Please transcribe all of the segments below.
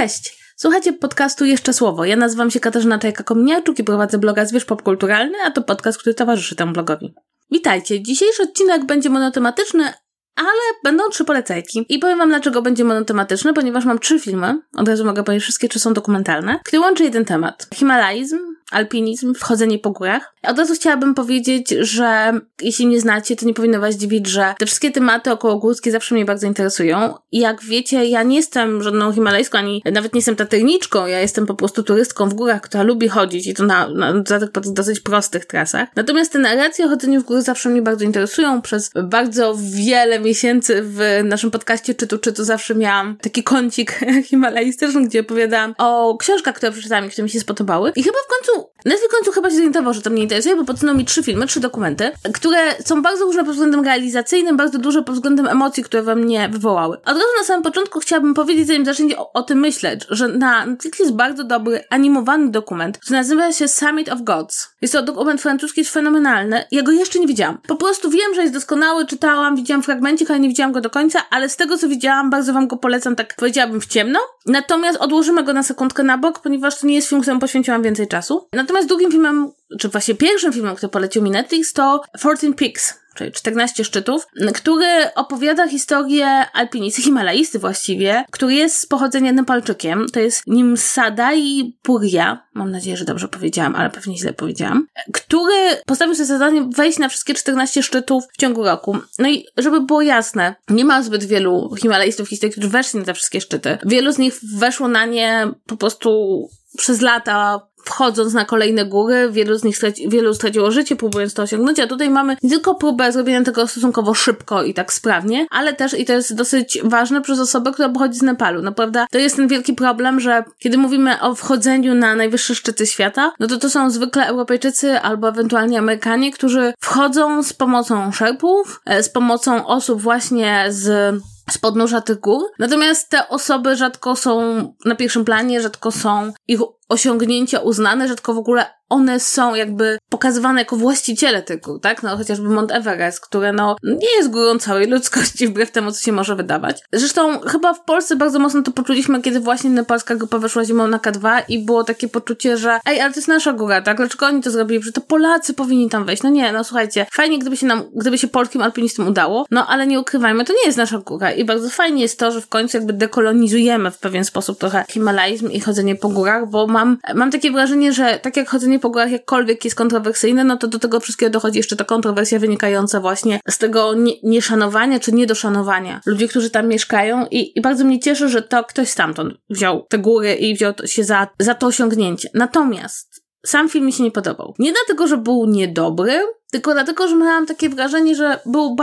Cześć! Słuchajcie podcastu Jeszcze Słowo. Ja nazywam się Katarzyna Czajka-Kominiarczuk i prowadzę bloga Zwierz Popkulturalny, a to podcast, który towarzyszy temu blogowi. Witajcie! Dzisiejszy odcinek będzie monotematyczny, ale będą 3 polecajki. I powiem wam, dlaczego będzie monotematyczny, ponieważ mam 3 filmy, od razu mogę powiedzieć, wszystkie 3 są dokumentalne, które łączy jeden temat. Himalaizm, alpinizm, wchodzenie po górach. Od razu chciałabym powiedzieć, że jeśli mnie znacie, to nie powinno was dziwić, że te wszystkie tematy okołogórskie zawsze mnie bardzo interesują. I jak wiecie, ja nie jestem żadną himalajską, ani nawet nie jestem taterniczką, ja jestem po prostu turystką w górach, która lubi chodzić i to na dosyć prostych trasach. Natomiast te narracje o chodzeniu w góry zawsze mnie bardzo interesują. Przez bardzo wiele miesięcy w naszym podcaście Czytu zawsze miałam taki kącik himalajstyczny, gdzie opowiadałam o książkach, które przeczytałam i które mi się spodobały. I chyba w końcu chyba się zorientował, że to mnie interesuje, bo podsunął mi 3 filmy, 3 dokumenty, które są bardzo różne pod względem realizacyjnym, bardzo duże pod względem emocji, które we mnie wywołały. Od razu na samym początku chciałabym powiedzieć, zanim zaczniecie o tym myśleć, że na Netflixie jest bardzo dobry animowany dokument, który nazywa się Summit of Gods. Jest to dokument francuski, jest fenomenalny. Ja go jeszcze nie widziałam. Po prostu wiem, że jest doskonały, czytałam, widziałam fragmencik, ale nie widziałam go do końca, ale z tego, co widziałam, bardzo wam go polecam, tak powiedziałabym w ciemno. Natomiast odłożymy go na sekundkę na bok, ponieważ to nie jest film, któremu poświęciłam więcej czasu. Natomiast drugim filmem, czy właśnie pierwszym filmem, który polecił mi Netflix, to 14 Peaks, czyli 14 szczytów, który opowiada historię alpinisty, himalaisty właściwie, który jest z pochodzenia Nepalczykiem. To jest Nimsadai Purja, mam nadzieję, że dobrze powiedziałam, ale pewnie źle powiedziałam, który postawił sobie zadanie wejść na wszystkie 14 szczytów w ciągu roku. No i żeby było jasne, nie ma zbyt wielu himalaistów w historii, którzy weszli na te wszystkie szczyty. Wielu z nich weszło na nie po prostu przez lata, wchodząc na kolejne góry, wielu straciło życie, próbując to osiągnąć, a tutaj mamy nie tylko próbę zrobienia tego stosunkowo szybko i tak sprawnie, ale też, i to jest dosyć ważne, przez osobę, która pochodzi z Nepalu. Naprawdę to jest ten wielki problem, że kiedy mówimy o wchodzeniu na najwyższe szczyty świata, no to są zwykle Europejczycy albo ewentualnie Amerykanie, którzy wchodzą z pomocą szerpów, z pomocą osób właśnie z podnóża tych gór. Natomiast te osoby rzadko są na pierwszym planie, rzadko są ich osiągnięcia uznane, rzadko w ogóle one są jakby pokazywane jako właściciele tych gór, tak? No chociażby Mount Everest, które nie jest górą całej ludzkości, wbrew temu, co się może wydawać. Zresztą chyba w Polsce bardzo mocno to poczuliśmy, kiedy właśnie nepalska grupa weszła zimą na K2 i było takie poczucie, że ale to jest nasza góra, tak? Dlaczego oni to zrobili? Że to Polacy powinni tam wejść. No nie, no słuchajcie, fajnie gdyby się polskim alpinistom udało, no ale nie ukrywajmy, to nie jest nasza góra i bardzo fajnie jest to, że w końcu jakby dekolonizujemy w pewien sposób trochę himalaizm i chodzenie po górach, bo mam takie wrażenie, że tak jak chodzenie po górach jakkolwiek jest kontrowersyjne, no to do tego wszystkiego dochodzi jeszcze ta kontrowersja wynikająca właśnie z tego nieszanowania czy niedoszanowania ludzi, którzy tam mieszkają i bardzo mnie cieszy, że to ktoś stamtąd wziął te góry i wziął się za to osiągnięcie. Natomiast sam film mi się nie podobał. Nie dlatego, że był niedobry, tylko dlatego, że miałam takie wrażenie, że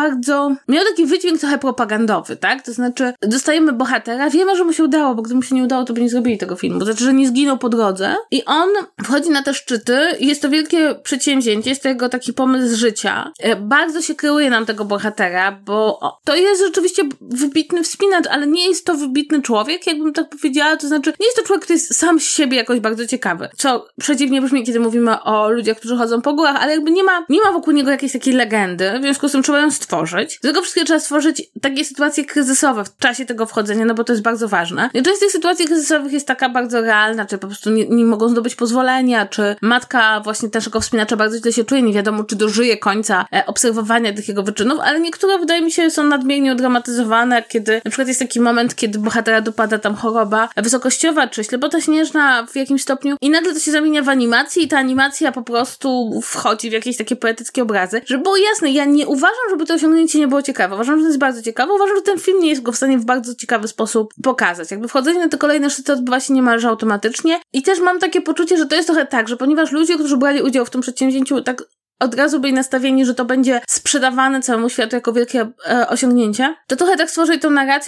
miał taki wydźwięk trochę propagandowy, tak? To znaczy, dostajemy bohatera, wiemy, że mu się udało, bo gdyby mu się nie udało, to by nie zrobili tego filmu. To znaczy, że nie zginął po drodze i on wchodzi na te szczyty i jest to wielkie przedsięwzięcie, jest to jego taki pomysł życia. Bardzo się kreuje nam tego bohatera, bo to jest rzeczywiście wybitny wspinacz, ale nie jest to wybitny człowiek, jakbym tak powiedziała, to znaczy, nie jest to człowiek, który jest sam z siebie jakoś bardzo ciekawy. Co przeciwnie brzmi, kiedy mówimy o ludziach, którzy chodzą po górach, ale jakby nie ma wokół niego jakiejś takiej legendy, w związku z tym trzeba ją stworzyć. Z tego wszystkiego trzeba stworzyć takie sytuacje kryzysowe w czasie tego wchodzenia, no bo to jest bardzo ważne. I część z tych sytuacji kryzysowych jest taka bardzo realna, czy po prostu nie mogą zdobyć pozwolenia, czy matka właśnie naszego wspinacza bardzo źle się czuje, nie wiadomo, czy dożyje końca obserwowania tych jego wyczynów, ale niektóre, wydaje mi się, są nadmiernie udramatyzowane, kiedy na przykład jest taki moment, kiedy bohatera dopada tam choroba wysokościowa, czy ślepota śnieżna w jakimś stopniu i nagle to się zamienia w animację i ta animacja po prostu wchodzi w jakieś takie poetyckie obrazy. Żeby było jasne, ja nie uważam, żeby to osiągnięcie nie było ciekawe. Uważam, że to jest bardzo ciekawe. Uważam, że ten film nie jest go w stanie w bardzo ciekawy sposób pokazać. Jakby wchodzenie na te kolejne szczyty odbywa się niemalże automatycznie i też mam takie poczucie, że to jest trochę tak, że ponieważ ludzie, którzy brali udział w tym przedsięwzięciu, tak od razu byli nastawieni, że to będzie sprzedawane całemu światu jako wielkie osiągnięcie, to trochę tak stworzyć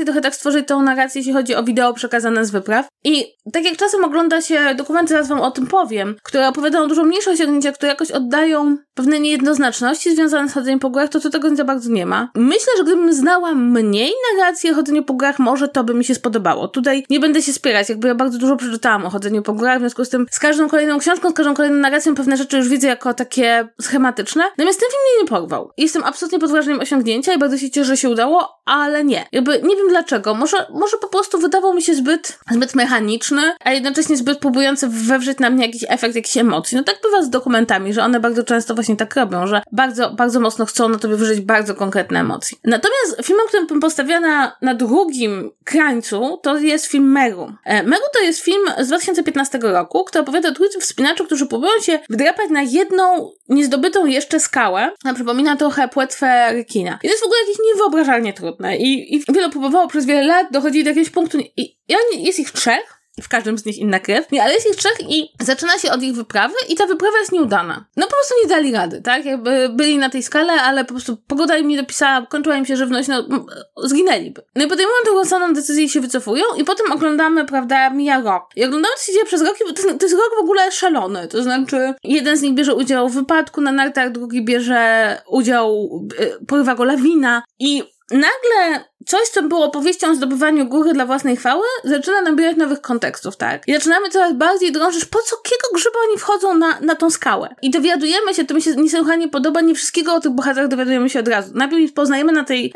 tą narrację, jeśli chodzi o wideo przekazane z wypraw. I tak jak czasem ogląda się dokumenty, zaraz wam o tym powiem, które opowiadają dużo mniejsze osiągnięcia, które jakoś oddają pewne niejednoznaczności związane z chodzeniem po górach, to tego nie za bardzo nie ma. Myślę, że gdybym znała mniej narracji o chodzeniu po górach, może to by mi się spodobało. Tutaj nie będę się spierać, jakby ja bardzo dużo przeczytałam o chodzeniu po górach, w związku z tym z każdą kolejną książką, z każdą kolejną narracją pewne rzeczy już widzę jako takie schematyczne. Natomiast ten film mnie nie porwał. Jestem absolutnie pod wrażeniem osiągnięcia i bardzo się cieszę, że się udało, ale nie. Jakby nie wiem dlaczego. Może po prostu wydawał mi się zbyt mechaniczny, a jednocześnie zbyt próbujący wewrzeć na mnie jakiś efekt, jakichś emocji. No tak bywa z dokumentami, że one bardzo często właśnie tak robią, że bardzo, bardzo mocno chcą na tobie wyżyć bardzo konkretne emocje. Natomiast filmem, którym bym postawiła na drugim krańcu, to jest film Meru. Meru to jest film z 2015 roku, który opowiada o trójcy wspinaczy, którzy próbują się wdrapać na jedną niezdobytą jeszcze skałę. Przypomina trochę płetwę rekina. I to jest w ogóle jakieś niewyobrażalnie trudne. I wielu próbowało przez wiele lat, dochodzili do jakiegoś punktu i jest ich 3. W każdym z nich inna krew. Nie, ale jest ich 3 i zaczyna się od ich wyprawy i ta wyprawa jest nieudana. No po prostu nie dali rady, tak? Jakby byli na tej skale, ale po prostu pogoda im nie dopisała, kończyła im się żywność, no zginęliby. No i podejmują tą samą decyzję i się wycofują i potem oglądamy, prawda, mija rok. I oglądamy, co się dzieje przez rok, bo to jest rok w ogóle szalony. To znaczy, jeden z nich bierze udział w wypadku na nartach, drugi bierze udział, porywa go lawina i nagle coś, co było opowieścią o zdobywaniu góry dla własnej chwały, zaczyna nabierać nowych kontekstów, tak? I zaczynamy coraz bardziej drążyć, po co kiego grzyba oni wchodzą na tą skałę. I dowiadujemy się, to mi się niesłychanie podoba, nie wszystkiego o tych bohaterach dowiadujemy się od razu. Najpierw ich poznajemy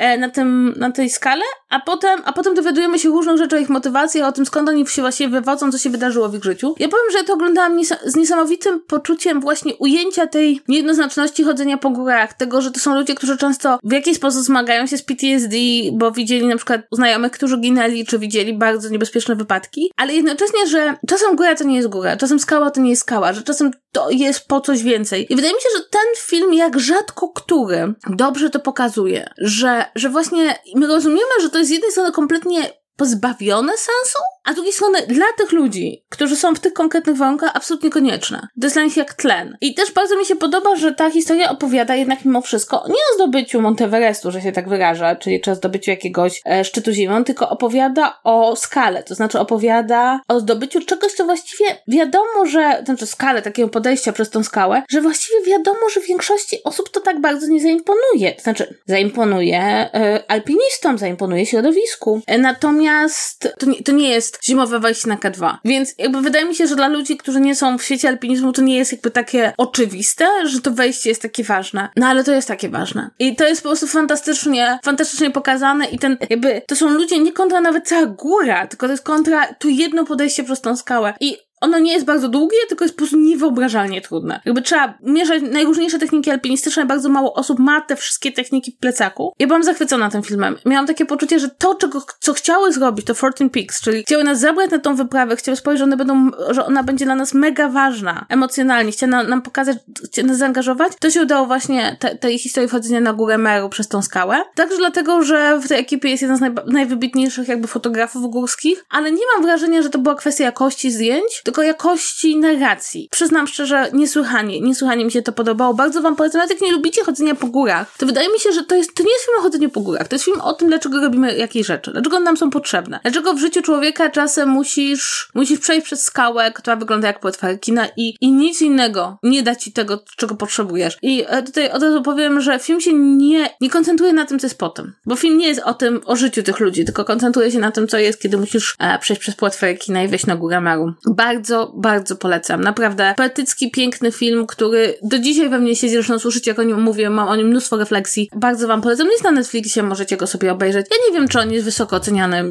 na tej skale, a potem dowiadujemy się różnych rzeczy o ich motywacjach, o tym, skąd oni się właściwie wywodzą, co się wydarzyło w ich życiu. Ja powiem, że to oglądałam z niesamowitym poczuciem właśnie ujęcia tej niejednoznaczności chodzenia po górach, tego, że to są ludzie, którzy często w jakiś sposób zmagają się z PTSD, bo widzieli na przykład znajomych, którzy ginęli, czy widzieli bardzo niebezpieczne wypadki, ale jednocześnie, że czasem góra to nie jest góra, czasem skała to nie jest skała, że czasem to jest po coś więcej. I wydaje mi się, że ten film, jak rzadko który, dobrze to pokazuje, że właśnie my rozumiemy, że to jest z jednej strony kompletnie pozbawione sensu, a z drugiej strony dla tych ludzi, którzy są w tych konkretnych warunkach, absolutnie konieczne. To jest dla nich jak tlen. I też bardzo mi się podoba, że ta historia opowiada jednak mimo wszystko nie o zdobyciu Monteverestu, że się tak wyraża, czyli czy o zdobyciu jakiegoś szczytu zimą, tylko opowiada o skale, to znaczy opowiada o zdobyciu czegoś, co właściwie wiadomo, że, to znaczy skale, takiego podejścia przez tą skałę, że właściwie wiadomo, że większości osób to tak bardzo nie zaimponuje. To znaczy zaimponuje alpinistom, zaimponuje środowisku. Natomiast to nie jest zimowe wejście na K2. Więc jakby wydaje mi się, że dla ludzi, którzy nie są w świecie alpinizmu, to nie jest jakby takie oczywiste, że to wejście jest takie ważne. No ale to jest takie ważne. I to jest po prostu fantastycznie pokazane i to są ludzie nie kontra nawet cała góra, tylko to jest kontra to jedno podejście przez tą skałę. I ono nie jest bardzo długie, tylko jest po prostu niewyobrażalnie trudne. Jakby trzeba mierzać najróżniejsze techniki alpinistyczne, bardzo mało osób ma te wszystkie techniki w plecaku. Ja byłam zachwycona tym filmem. Miałam takie poczucie, że to, co chciały zrobić, to 14 Peaks, czyli chciały nas zabrać na tą wyprawę, chciały spojrzeć, że ona będzie dla nas mega ważna, emocjonalnie, chciały nam pokazać, chciały nas zaangażować. To się udało właśnie tej historii wchodzenia na górę Meru przez tą skałę. Także dlatego, że w tej ekipie jest jeden z najwybitniejszych jakby fotografów górskich, ale nie mam wrażenia, że to była kwestia jakości zdjęć, tylko jakości narracji. Przyznam szczerze, niesłychanie mi się to podobało. Bardzo wam polecam, nawet jak nie lubicie chodzenia po górach, to wydaje mi się, że to nie jest film o chodzeniu po górach. To jest film o tym, dlaczego robimy jakieś rzeczy. Dlaczego one nam są potrzebne. Dlaczego w życiu człowieka czasem musisz przejść przez skałę, która wygląda jak płetwa rekina i nic innego nie da ci tego, czego potrzebujesz. I tutaj od razu powiem, że film się nie koncentruje na tym, co jest potem. Bo film nie jest o życiu tych ludzi, tylko koncentruje się na tym, co jest, kiedy musisz przejść przez płetwę rekina i wejść na górę Meru. Bardzo, bardzo polecam. Naprawdę poetycki, piękny film, który do dzisiaj we mnie siedzi, zresztą słyszycie, jak o nim mówię, mam o nim mnóstwo refleksji. Bardzo wam polecam. Jest na Netflixie, możecie go sobie obejrzeć. Ja nie wiem, czy on jest wysoko oceniany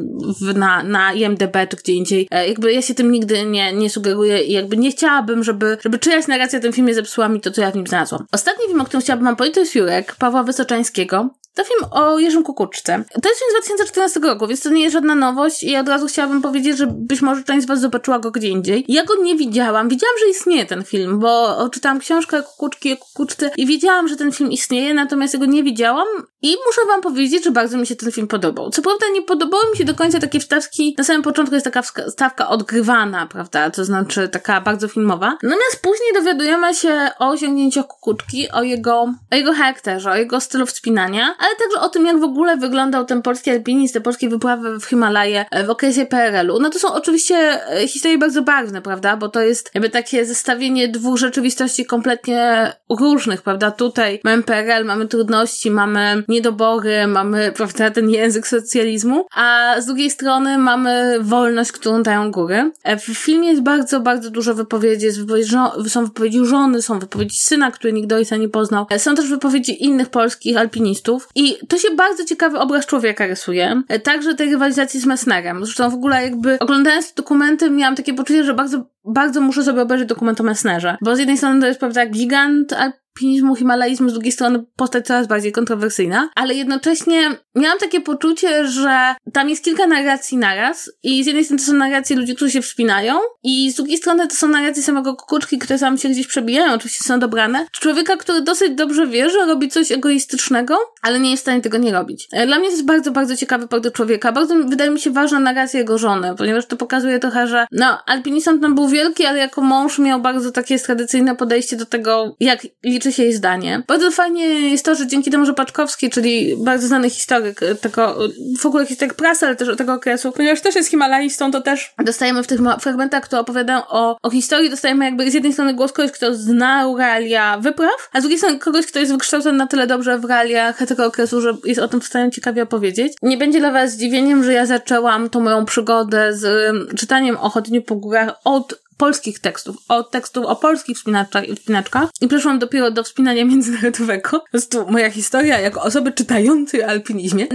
na IMDb czy gdzie indziej. Jakby ja się tym nigdy nie sugeruję i jakby nie chciałabym, żeby czyjaś narracja w tym filmie zepsuła mi to, co ja w nim znalazłam. Ostatni film, o którym chciałabym wam powiedzieć, to jest Jurek Pawła Wysoczańskiego. To film o Jerzym Kukuczce. To jest film z 2014 roku, więc to nie jest żadna nowość i od razu chciałabym powiedzieć, że być może część z was zobaczyła go gdzie indziej. Ja go nie widziałam. Wiedziałam, że istnieje ten film, bo czytałam książkę Kukuczki o Kukuczce i wiedziałam, że ten film istnieje, natomiast ja go nie widziałam i muszę wam powiedzieć, że bardzo mi się ten film podobał. Co prawda nie podobały mi się do końca takie wstawki. Na samym początku jest taka wstawka odgrywana, prawda? To znaczy taka bardzo filmowa. Natomiast później dowiadujemy się o osiągnięciach Kukuczki, o jego charakterze, o jego stylu wspinania, ale także o tym, jak w ogóle wyglądał ten polski alpinizm, te polskie wyprawy w Himalaje w okresie PRL-u. No to są oczywiście historie bardzo barwne, prawda, bo to jest jakby takie zestawienie dwóch rzeczywistości kompletnie różnych, prawda. Tutaj mamy PRL, mamy trudności, mamy niedobory, mamy, prawda, ten język socjalizmu, a z drugiej strony mamy wolność, którą dają góry. W filmie jest bardzo, bardzo dużo wypowiedzi, są wypowiedzi żony, są wypowiedzi syna, który nigdy ojca nie poznał. Są też wypowiedzi innych polskich alpinistów i to się bardzo ciekawy obraz człowieka rysuje. Także tej rywalizacji z Messnerem. Zresztą w ogóle jakby oglądając te dokumenty miałam takie poczucie, że bardzo, bardzo muszę sobie obejrzeć dokument o Messnerze. Bo z jednej strony to jest, prawda, gigant alpinizmu, himalaizmu, z drugiej strony postać coraz bardziej kontrowersyjna, ale jednocześnie miałam takie poczucie, że tam jest kilka narracji naraz i z jednej strony to są narracje ludzi, którzy się wspinają i z drugiej strony to są narracje samego Kukuczki, które sam się gdzieś przebijają, oczywiście są dobrane. Człowieka, który dosyć dobrze wie, że robi coś egoistycznego, ale nie jest w stanie tego nie robić. Dla mnie to jest bardzo, bardzo ciekawy portret człowieka. Bardzo wydaje mi się ważna narracja jego żony, ponieważ to pokazuje trochę, że alpinistą tam był wielki, ale jako mąż miał bardzo takie tradycyjne podejście do tego, jak liczy się jej zdanie. Bardzo fajnie jest to, że dzięki temu, że Paczkowski, czyli bardzo znany historyk tego, w ogóle historyk prasy, ale też tego okresu, ponieważ też jest himalaistą, to też dostajemy w tych fragmentach, które opowiadają o historii, dostajemy jakby z jednej strony głos kogoś, kto znał realia wypraw, a z drugiej strony kogoś, kto jest wykształcony na tyle dobrze w realiach tego okresu, że jest o tym w stanie ciekawie opowiedzieć. Nie będzie dla was zdziwieniem, że ja zaczęłam tą moją przygodę z czytaniem o chodzeniu po górach od polskich tekstów, o polskich wspinaczkach i przeszłam dopiero do wspinania międzynarodowego. Po prostu moja historia jako osoby czytającej o alpinizmie.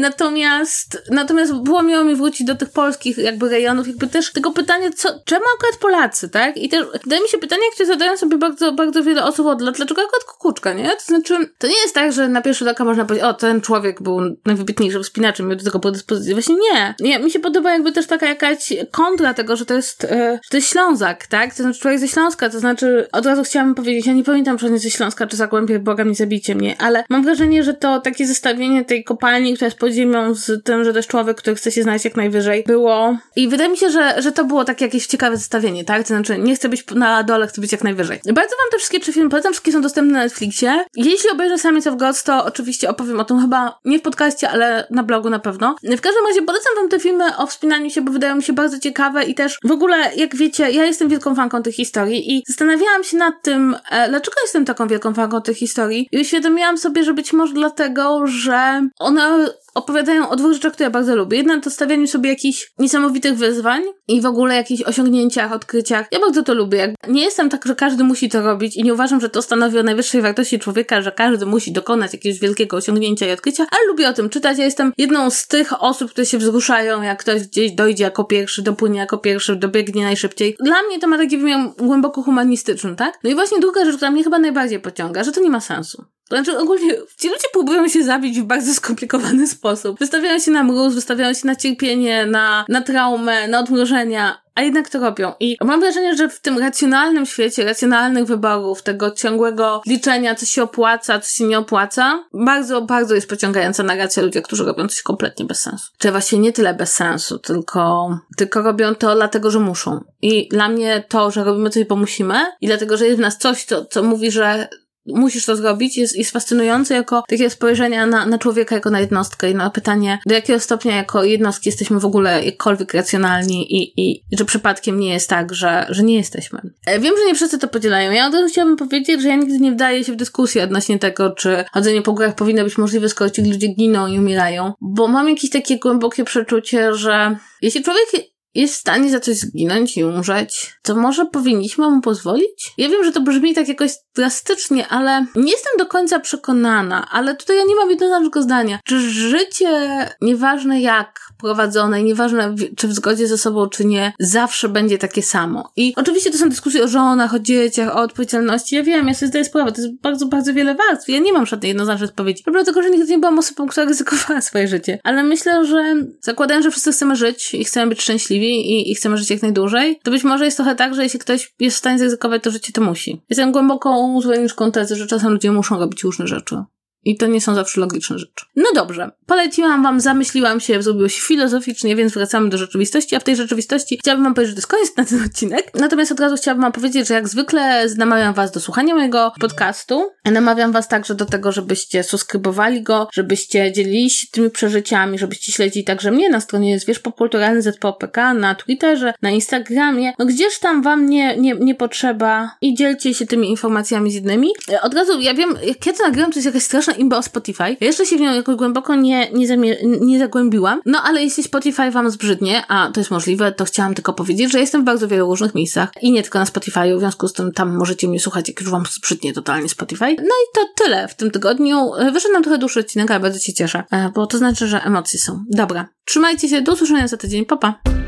Natomiast było miło mi wrócić do tych polskich jakby rejonów, jakby też tego pytania, czemu akurat Polacy, tak? I też wydaje mi się pytanie, które zadają sobie bardzo, bardzo wiele osób od lat, dlaczego akurat Kukuczka, nie? To znaczy, to nie jest tak, że na pierwszy rzut oka można powiedzieć, ten człowiek był najwybitniejszym wspinaczem, miał do tego predyspozycję. Właśnie nie. Mi się podoba jakby też taka jakaś kontra tego, że to jest Ślązak, tak? To znaczy człowiek ze Śląska, to znaczy od razu chciałam powiedzieć, ja nie pamiętam przecież ze Śląska czy Zagłębia, Boga nie zabijcie mnie, ale mam wrażenie, że to takie zestawienie tej kopalni, która jest pod ziemią z tym, że to jest człowiek, który chce się znaleźć jak najwyżej, było i wydaje mi się, że to było takie jakieś ciekawe zestawienie, tak? To znaczy nie chcę być na dole, chcę być jak najwyżej. Bardzo wam te wszystkie 3 filmy polecam, wszystkie są dostępne na Netflixie. Jeśli obejrzę Samiec of Gods, to oczywiście opowiem o tym chyba nie w podcaście, ale na blogu na pewno. W każdym razie polecam wam te filmy o wspinaniu się, bo wydają mi się bardzo ciekawe i też w ogóle, jak wiecie, ja jestem wielką fanką tych historii i zastanawiałam się nad tym, dlaczego jestem taką wielką fanką tych historii i uświadomiłam sobie, że być może dlatego, że one opowiadają o 2 rzeczach, które ja bardzo lubię. Jedna to stawianiu sobie jakichś niesamowitych wyzwań i w ogóle jakichś osiągnięciach, odkryciach. Ja bardzo to lubię. Nie jestem tak, że każdy musi to robić i nie uważam, że to stanowi o najwyższej wartości człowieka, że każdy musi dokonać jakiegoś wielkiego osiągnięcia i odkrycia, ale lubię o tym czytać. Ja jestem jedną z tych osób, które się wzruszają, jak ktoś gdzieś dojdzie jako pierwszy, dopłynie jako pierwszy, dobiegnie najszybciej. Dla mnie to ma taki wymiar głęboko humanistyczny, tak? No i właśnie druga rzecz, która mnie chyba najbardziej pociąga, że to nie ma sensu. To znaczy ogólnie ci ludzie próbują się zabić w bardzo skomplikowany sposób. Wystawiają się na mróz, wystawiają się na cierpienie, na traumę, na odmrożenia, a jednak to robią. I mam wrażenie, że w tym racjonalnym świecie, racjonalnych wyborów, tego ciągłego liczenia, co się opłaca, co się nie opłaca, bardzo, bardzo jest pociągająca narracja ludzi, którzy robią coś kompletnie bez sensu. Czy właściwie nie tyle bez sensu, tylko robią to dlatego, że muszą. I dla mnie to, że robimy coś, bo musimy i dlatego, że jest w nas coś, co mówi, że musisz to zrobić, jest fascynujące jako takie spojrzenia na człowieka jako na jednostkę i na pytanie, do jakiego stopnia jako jednostki jesteśmy w ogóle jakkolwiek racjonalni i że przypadkiem nie jest tak, że nie jesteśmy. Wiem, że nie wszyscy to podzielają. Ja od razu chciałabym powiedzieć, że ja nigdy nie wdaję się w dyskusję odnośnie tego, czy chodzenie po górach powinno być możliwe, skoro ci ludzie giną i umierają, bo mam jakieś takie głębokie przeczucie, że jeśli człowiek jest w stanie za coś zginąć i umrzeć, to może powinniśmy mu pozwolić? Ja wiem, że to brzmi tak jakoś drastycznie, ale nie jestem do końca przekonana, ale tutaj ja nie mam jednoznacznego zdania. Czy życie, nieważne jak prowadzone, nieważne czy w zgodzie ze sobą, czy nie, zawsze będzie takie samo? I oczywiście to są dyskusje o żonach, o dzieciach, o odpowiedzialności. Ja wiem, ja sobie zdaję sprawę, to jest bardzo, bardzo wiele warstw. Ja nie mam żadnej jednoznacznej odpowiedzi. Dlatego, że nigdy nie byłam osobą, która ryzykowała swoje życie. Ale myślę, że zakładając, że wszyscy chcemy żyć i chcemy być szczęśliwi i chcemy żyć jak najdłużej, to być może jest trochę tak, że jeśli ktoś jest w stanie zaryzykować to życie, to musi. Jestem głęboką zwolenniczką tezy, że czasem ludzie muszą robić różne rzeczy. I to nie są zawsze logiczne rzeczy. No dobrze, poleciłam wam, zamyśliłam się, zrobiło się filozoficznie, więc wracamy do rzeczywistości, a w tej rzeczywistości chciałabym wam powiedzieć, że to jest koniec na ten odcinek. Natomiast od razu chciałabym wam powiedzieć, że jak zwykle namawiam was do słuchania mojego podcastu. Namawiam was także do tego, żebyście subskrybowali go, żebyście dzielili się tymi przeżyciami, żebyście śledzili także mnie na stronie Zwierz Popkulturalny ZPOPK, na Twitterze, na Instagramie. No gdzież tam wam nie potrzeba i dzielcie się tymi informacjami z innymi. Od razu, ja wiem, jak ja to nagrywam, to jest jakaś straszna imba o Spotify. Ja jeszcze się w nią jakoś głęboko nie zagłębiłam. No ale jeśli Spotify wam zbrzydnie, a to jest możliwe, to chciałam tylko powiedzieć, że jestem w bardzo wielu różnych miejscach i nie tylko na Spotify'u, w związku z tym tam możecie mnie słuchać, jak już wam zbrzydnie totalnie Spotify. No i to tyle w tym tygodniu. Wyszedł nam trochę dłuższy odcinek, ale bardzo się cieszę, bo to znaczy, że emocje są. Dobra, trzymajcie się, do usłyszenia za tydzień, pa pa!